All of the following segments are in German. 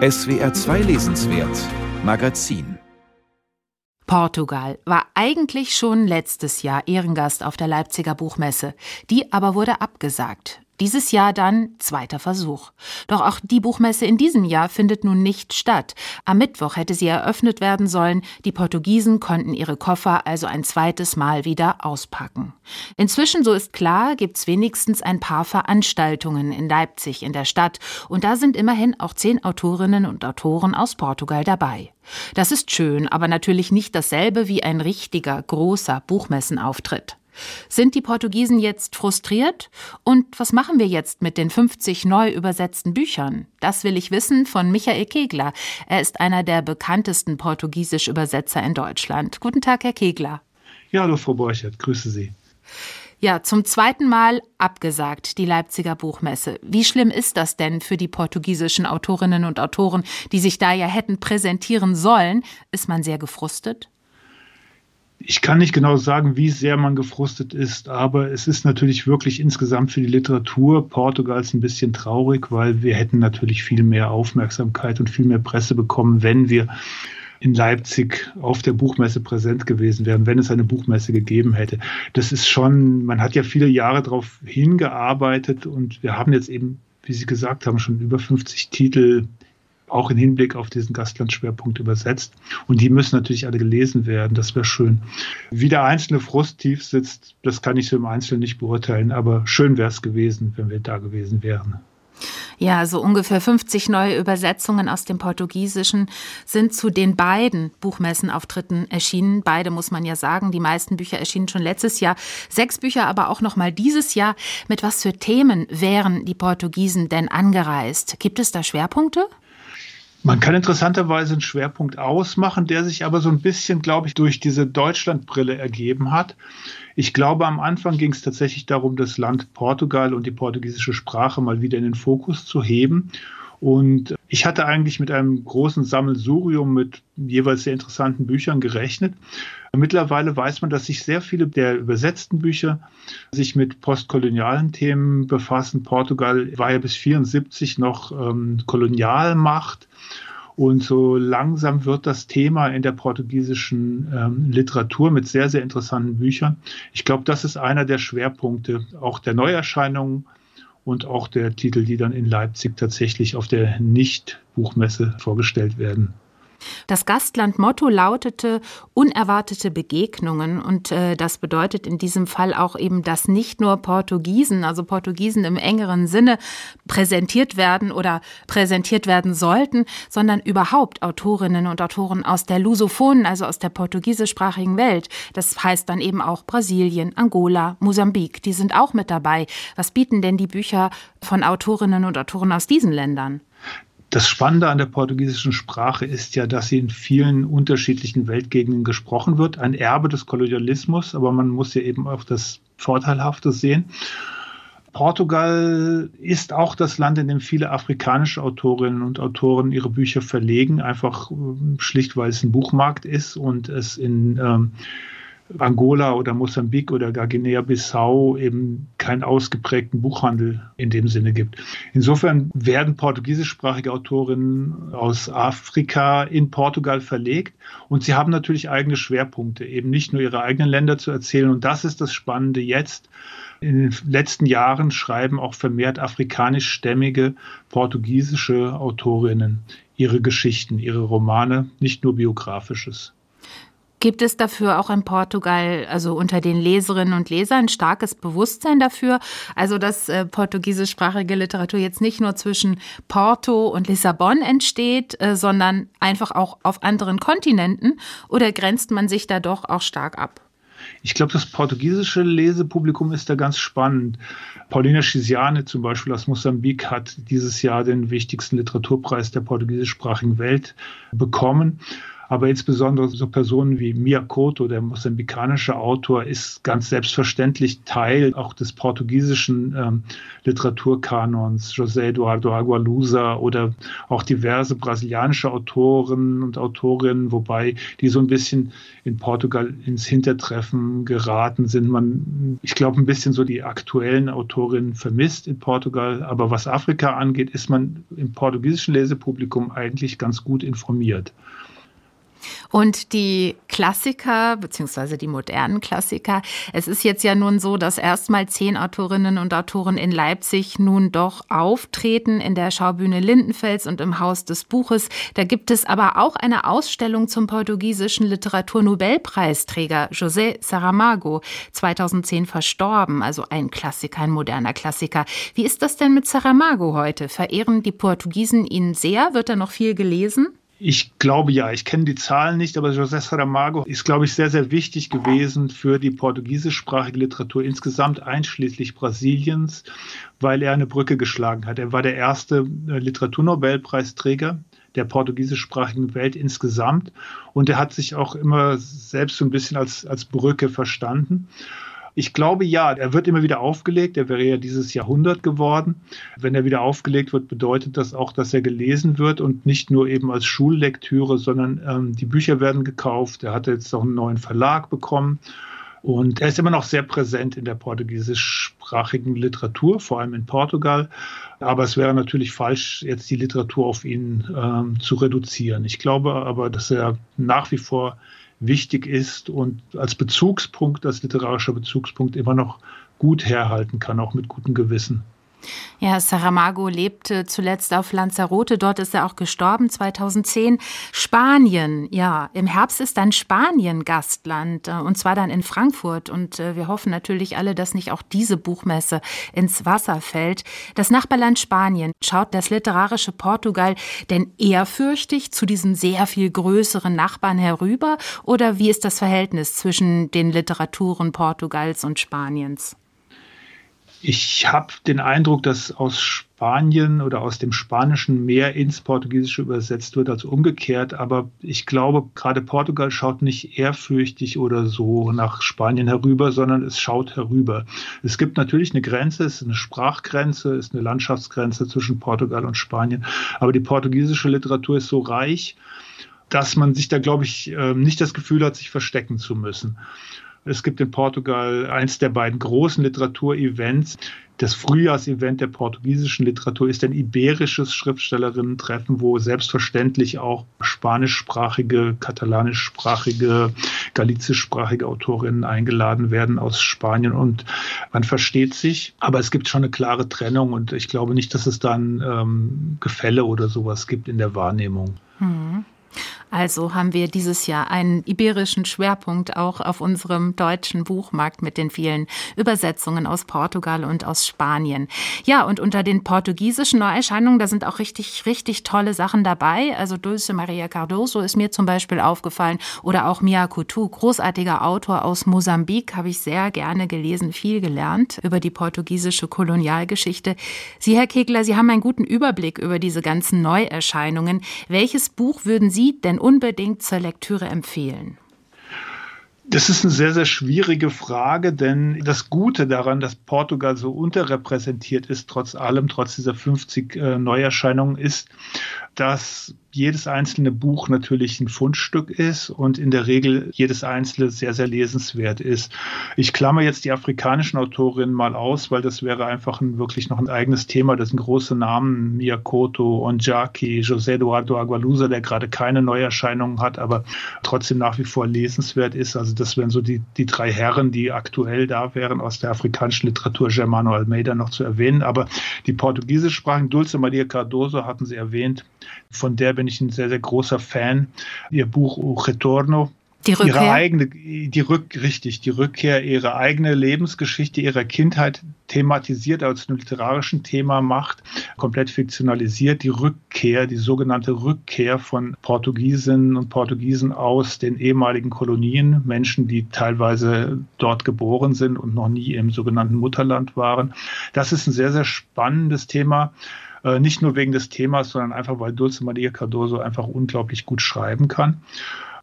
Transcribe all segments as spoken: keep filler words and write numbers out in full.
S W R zwei Lesenswert Magazin. Portugal war eigentlich schon letztes Jahr Ehrengast auf der Leipziger Buchmesse. Die aber wurde abgesagt. Dieses Jahr dann zweiter Versuch. Doch auch die Buchmesse in diesem Jahr findet nun nicht statt. Am Mittwoch hätte sie eröffnet werden sollen. Die Portugiesen konnten ihre Koffer also ein zweites Mal wieder auspacken. Inzwischen, so ist klar, gibt's wenigstens ein paar Veranstaltungen in Leipzig in der Stadt. Und da sind immerhin auch zehn Autorinnen und Autoren aus Portugal dabei. Das ist schön, aber natürlich nicht dasselbe wie ein richtiger, großer Buchmessenauftritt. Sind die Portugiesen jetzt frustriert? Und was machen wir jetzt mit den fünfzig neu übersetzten Büchern? Das will ich wissen von Michael Kegler. Er ist einer der bekanntesten Portugiesisch-Übersetzer in Deutschland. Guten Tag, Herr Kegler. Ja, hallo Frau Borchert, grüße Sie. Ja, zum zweiten Mal abgesagt, die Leipziger Buchmesse. Wie schlimm ist das denn für die portugiesischen Autorinnen und Autoren, die sich da ja hätten präsentieren sollen? Ist man sehr gefrustet? Ich kann nicht genau sagen, wie sehr man gefrustet ist, aber es ist natürlich wirklich insgesamt für die Literatur Portugals ein bisschen traurig, weil wir hätten natürlich viel mehr Aufmerksamkeit und viel mehr Presse bekommen, wenn wir in Leipzig auf der Buchmesse präsent gewesen wären, wenn es eine Buchmesse gegeben hätte. Das ist schon, man hat ja viele Jahre darauf hingearbeitet und wir haben jetzt eben, wie Sie gesagt haben, schon über fünfzig Titel auch im Hinblick auf diesen Gastlandschwerpunkt übersetzt. Und die müssen natürlich alle gelesen werden. Das wäre schön. Wie der einzelne Frust tief sitzt, das kann ich so im Einzelnen nicht beurteilen. Aber schön wäre es gewesen, wenn wir da gewesen wären. Ja, so ungefähr fünfzig neue Übersetzungen aus dem Portugiesischen sind zu den beiden Buchmessenauftritten erschienen. Beide muss man ja sagen. Die meisten Bücher erschienen schon letztes Jahr. Sechs Bücher aber auch noch mal dieses Jahr. Mit was für Themen wären die Portugiesen denn angereist? Gibt es da Schwerpunkte? Man kann interessanterweise einen Schwerpunkt ausmachen, der sich aber so ein bisschen, glaube ich, durch diese Deutschlandbrille ergeben hat. Ich glaube, am Anfang ging es tatsächlich darum, das Land Portugal und die portugiesische Sprache mal wieder in den Fokus zu heben. Und ich hatte eigentlich mit einem großen Sammelsurium mit jeweils sehr interessanten Büchern gerechnet. Mittlerweile weiß man, dass sich sehr viele der übersetzten Bücher sich mit postkolonialen Themen befassen. Portugal war ja bis vierundsiebzig noch ähm, Kolonialmacht. Und so langsam wird das Thema in der portugiesischen ähm, Literatur mit sehr, sehr interessanten Büchern. Ich glaube, das ist einer der Schwerpunkte auch der Neuerscheinungen und auch der Titel, die dann in Leipzig tatsächlich auf der Nicht-Buchmesse vorgestellt werden. Das Gastland-Motto lautete unerwartete Begegnungen und äh, das bedeutet in diesem Fall auch eben, dass nicht nur Portugiesen, also Portugiesen im engeren Sinne präsentiert werden oder präsentiert werden sollten, sondern überhaupt Autorinnen und Autoren aus der Lusophonen, also aus der portugiesischsprachigen Welt. Das heißt dann eben auch Brasilien, Angola, Mosambik, die sind auch mit dabei. Was bieten denn die Bücher von Autorinnen und Autoren aus diesen Ländern? Das Spannende an der portugiesischen Sprache ist ja, dass sie in vielen unterschiedlichen Weltgegenden gesprochen wird. Ein Erbe des Kolonialismus, aber man muss ja eben auch das Vorteilhafte sehen. Portugal ist auch das Land, in dem viele afrikanische Autorinnen und Autoren ihre Bücher verlegen, einfach schlicht, weil es ein Buchmarkt ist und es in ähm, Angola oder Mosambik oder gar Guinea-Bissau eben keinen ausgeprägten Buchhandel in dem Sinne gibt. Insofern werden portugiesischsprachige Autorinnen aus Afrika in Portugal verlegt und sie haben natürlich eigene Schwerpunkte, eben nicht nur ihre eigenen Länder zu erzählen. Und das ist das Spannende jetzt. In den letzten Jahren schreiben auch vermehrt afrikanischstämmige portugiesische Autorinnen ihre Geschichten, ihre Romane, nicht nur Biografisches. Gibt es dafür auch in Portugal, also unter den Leserinnen und Lesern, ein starkes Bewusstsein dafür? Also, dass äh, portugiesischsprachige Literatur jetzt nicht nur zwischen Porto und Lissabon entsteht, äh, sondern einfach auch auf anderen Kontinenten? Oder grenzt man sich da doch auch stark ab? Ich glaube, das portugiesische Lesepublikum ist da ganz spannend. Paulina Chiziane zum Beispiel aus Mosambik hat dieses Jahr den wichtigsten Literaturpreis der portugiesischsprachigen Welt bekommen. Aber insbesondere so Personen wie Mia Couto, der mosambikanische Autor, ist ganz selbstverständlich Teil auch des portugiesischen ähm, Literaturkanons. José Eduardo Agualusa oder auch diverse brasilianische Autoren und Autorinnen, wobei die so ein bisschen in Portugal ins Hintertreffen geraten sind. Man, ich glaube, ein bisschen so die aktuellen Autorinnen vermisst in Portugal. Aber was Afrika angeht, ist man im portugiesischen Lesepublikum eigentlich ganz gut informiert. Und die Klassiker, beziehungsweise die modernen Klassiker, es ist jetzt ja nun so, dass erstmal zehn Autorinnen und Autoren in Leipzig nun doch auftreten in der Schaubühne Lindenfels und im Haus des Buches. Da gibt es aber auch eine Ausstellung zum portugiesischen Literaturnobelpreisträger José Saramago, zweitausendzehn verstorben, also ein Klassiker, ein moderner Klassiker. Wie ist das denn mit Saramago heute? Verehren die Portugiesen ihn sehr? Wird er noch viel gelesen? Ich glaube ja, ich kenne die Zahlen nicht, aber José Saramago ist, glaube ich, sehr, sehr wichtig gewesen für die portugiesischsprachige Literatur insgesamt, einschließlich Brasiliens, weil er eine Brücke geschlagen hat. Er war der erste Literaturnobelpreisträger der portugiesischsprachigen Welt insgesamt und er hat sich auch immer selbst so ein bisschen als, als Brücke verstanden. Ich glaube, ja, er wird immer wieder aufgelegt. Er wäre ja dieses Jahrhundert geworden. Wenn er wieder aufgelegt wird, bedeutet das auch, dass er gelesen wird und nicht nur eben als Schullektüre, sondern ähm, die Bücher werden gekauft. Er hat jetzt auch einen neuen Verlag bekommen. Und er ist immer noch sehr präsent in der portugiesischsprachigen Literatur, vor allem in Portugal. Aber es wäre natürlich falsch, jetzt die Literatur auf ihn ähm, zu reduzieren. Ich glaube aber, dass er nach wie vor wichtig ist und als Bezugspunkt, als literarischer Bezugspunkt immer noch gut herhalten kann, auch mit gutem Gewissen. Ja, Saramago lebte zuletzt auf Lanzarote, dort ist er auch gestorben, zweitausendzehn. Spanien, ja, im Herbst ist dann Spanien Gastland, und zwar dann in Frankfurt. Und wir hoffen natürlich alle, dass nicht auch diese Buchmesse ins Wasser fällt. Das Nachbarland Spanien, schaut das literarische Portugal denn ehrfürchtig zu diesem sehr viel größeren Nachbarn herüber? Oder wie ist das Verhältnis zwischen den Literaturen Portugals und Spaniens? Ich habe den Eindruck, dass aus Spanien oder aus dem Spanischen mehr ins Portugiesische übersetzt wird als umgekehrt. Aber ich glaube, gerade Portugal schaut nicht ehrfürchtig oder so nach Spanien herüber, sondern es schaut herüber. Es gibt natürlich eine Grenze, es ist eine Sprachgrenze, es ist eine Landschaftsgrenze zwischen Portugal und Spanien. Aber die portugiesische Literatur ist so reich, dass man sich da, glaube ich, nicht das Gefühl hat, sich verstecken zu müssen. Es gibt in Portugal eins der beiden großen Literaturevents. Das Frühjahrsevent der portugiesischen Literatur ist ein iberisches Schriftstellerinnen-Treffen, wo selbstverständlich auch spanischsprachige, katalanischsprachige, galizischsprachige Autorinnen eingeladen werden aus Spanien. Und man versteht sich, aber es gibt schon eine klare Trennung und ich glaube nicht, dass es dann ähm, Gefälle oder sowas gibt in der Wahrnehmung. Mhm. Also haben wir dieses Jahr einen iberischen Schwerpunkt auch auf unserem deutschen Buchmarkt mit den vielen Übersetzungen aus Portugal und aus Spanien. Ja, und unter den portugiesischen Neuerscheinungen, da sind auch richtig, richtig tolle Sachen dabei. Also Dulce Maria Cardoso ist mir zum Beispiel aufgefallen oder auch Mia Couto, großartiger Autor aus Mosambik, habe ich sehr gerne gelesen, viel gelernt über die portugiesische Kolonialgeschichte. Sie, Herr Kegler, Sie haben einen guten Überblick über diese ganzen Neuerscheinungen. Welches Buch würden Sie denn unbedingt zur Lektüre empfehlen? Das ist eine sehr, sehr schwierige Frage, denn das Gute daran, dass Portugal so unterrepräsentiert ist, trotz allem, trotz dieser fünfzig äh, Neuerscheinungen, ist, dass jedes einzelne Buch natürlich ein Fundstück ist und in der Regel jedes einzelne sehr, sehr lesenswert ist. Ich klammer jetzt die afrikanischen Autorinnen mal aus, weil das wäre einfach ein, wirklich noch ein eigenes Thema. Das sind große Namen, Mia Couto, Onjaki, José Eduardo Agualusa, der gerade keine Neuerscheinungen hat, aber trotzdem nach wie vor lesenswert ist. Also das wären so die, die drei Herren, die aktuell da wären aus der afrikanischen Literatur, Germano Almeida noch zu erwähnen. Aber die portugiesischsprachigen, Dulce Maria Cardoso hatten Sie erwähnt, von der bin ich ein sehr, sehr großer Fan. Ihr Buch O Retorno. Die Rückkehr? Ihre eigene, die Rück, richtig, die Rückkehr, ihre eigene Lebensgeschichte, ihrer Kindheit thematisiert, als ein literarischen Thema macht, komplett fiktionalisiert. Die Rückkehr, die sogenannte Rückkehr von Portugiesinnen und Portugiesen aus den ehemaligen Kolonien, Menschen, die teilweise dort geboren sind und noch nie im sogenannten Mutterland waren. Das ist ein sehr, sehr spannendes Thema. Nicht nur wegen des Themas, sondern einfach, weil Dulce Maria Cardoso einfach unglaublich gut schreiben kann.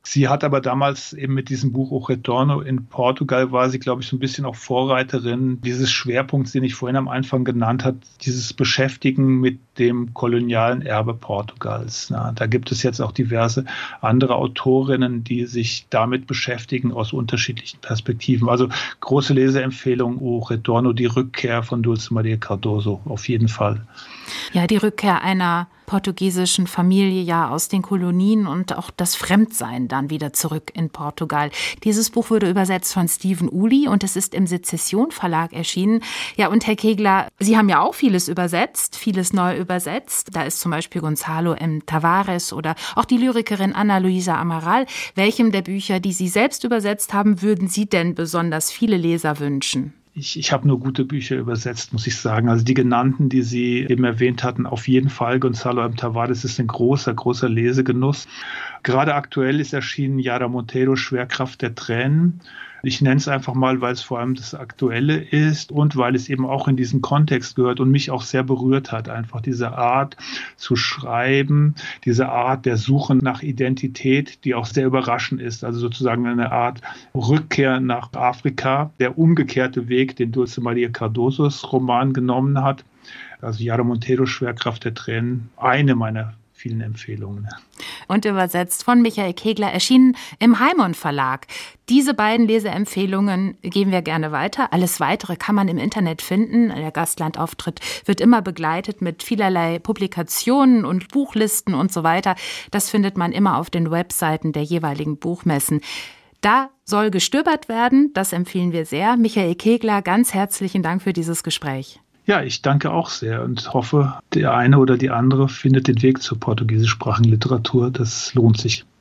Sie hat aber damals eben mit diesem Buch O Retorno in Portugal war sie, glaube ich, so ein bisschen auch Vorreiterin dieses Schwerpunkts, den ich vorhin am Anfang genannt habe, dieses Beschäftigen mit dem kolonialen Erbe Portugals. Na, da gibt es jetzt auch diverse andere Autorinnen, die sich damit beschäftigen aus unterschiedlichen Perspektiven. Also große Leseempfehlung, O Retorno, die Rückkehr von Dulce Maria Cardoso, auf jeden Fall. Ja, die Rückkehr einer portugiesischen Familie ja aus den Kolonien und auch das Fremdsein dann wieder zurück in Portugal. Dieses Buch wurde übersetzt von Stephen Uli und es ist im Sezession Verlag erschienen. Ja, und Herr Kegler, Sie haben ja auch vieles übersetzt, vieles neu übersetzt. Da ist zum Beispiel Gonzalo M. Tavares oder auch die Lyrikerin Ana Luisa Amaral. Welchem der Bücher, die Sie selbst übersetzt haben, würden Sie denn besonders viele Leser wünschen? Ich, ich habe nur gute Bücher übersetzt, muss ich sagen. Also die genannten, die Sie eben erwähnt hatten, auf jeden Fall. Gonzalo M. Tavares ist ein großer, großer Lesegenuss. Gerade aktuell ist erschienen Yara Monteiro, Schwerkraft der Tränen. Ich nenne es einfach mal, weil es vor allem das Aktuelle ist und weil es eben auch in diesen Kontext gehört und mich auch sehr berührt hat. Einfach diese Art zu schreiben, diese Art der Suche nach Identität, die auch sehr überraschend ist. Also sozusagen eine Art Rückkehr nach Afrika, der umgekehrte Weg, den Dulce Maria Cardosos Roman genommen hat. Also Yara Monteiro, Schwerkraft der Tränen, eine meiner vielen Empfehlungen. Und übersetzt von Michael Kegler, erschienen im Heimon Verlag. Diese beiden Leseempfehlungen geben wir gerne weiter. Alles Weitere kann man im Internet finden. Der Gastlandauftritt wird immer begleitet mit vielerlei Publikationen und Buchlisten und so weiter. Das findet man immer auf den Webseiten der jeweiligen Buchmessen. Da soll gestöbert werden, das empfehlen wir sehr. Michael Kegler, ganz herzlichen Dank für dieses Gespräch. Ja, ich danke auch sehr und hoffe, der eine oder die andere findet den Weg zur portugiesischsprachigen Literatur. Das lohnt sich.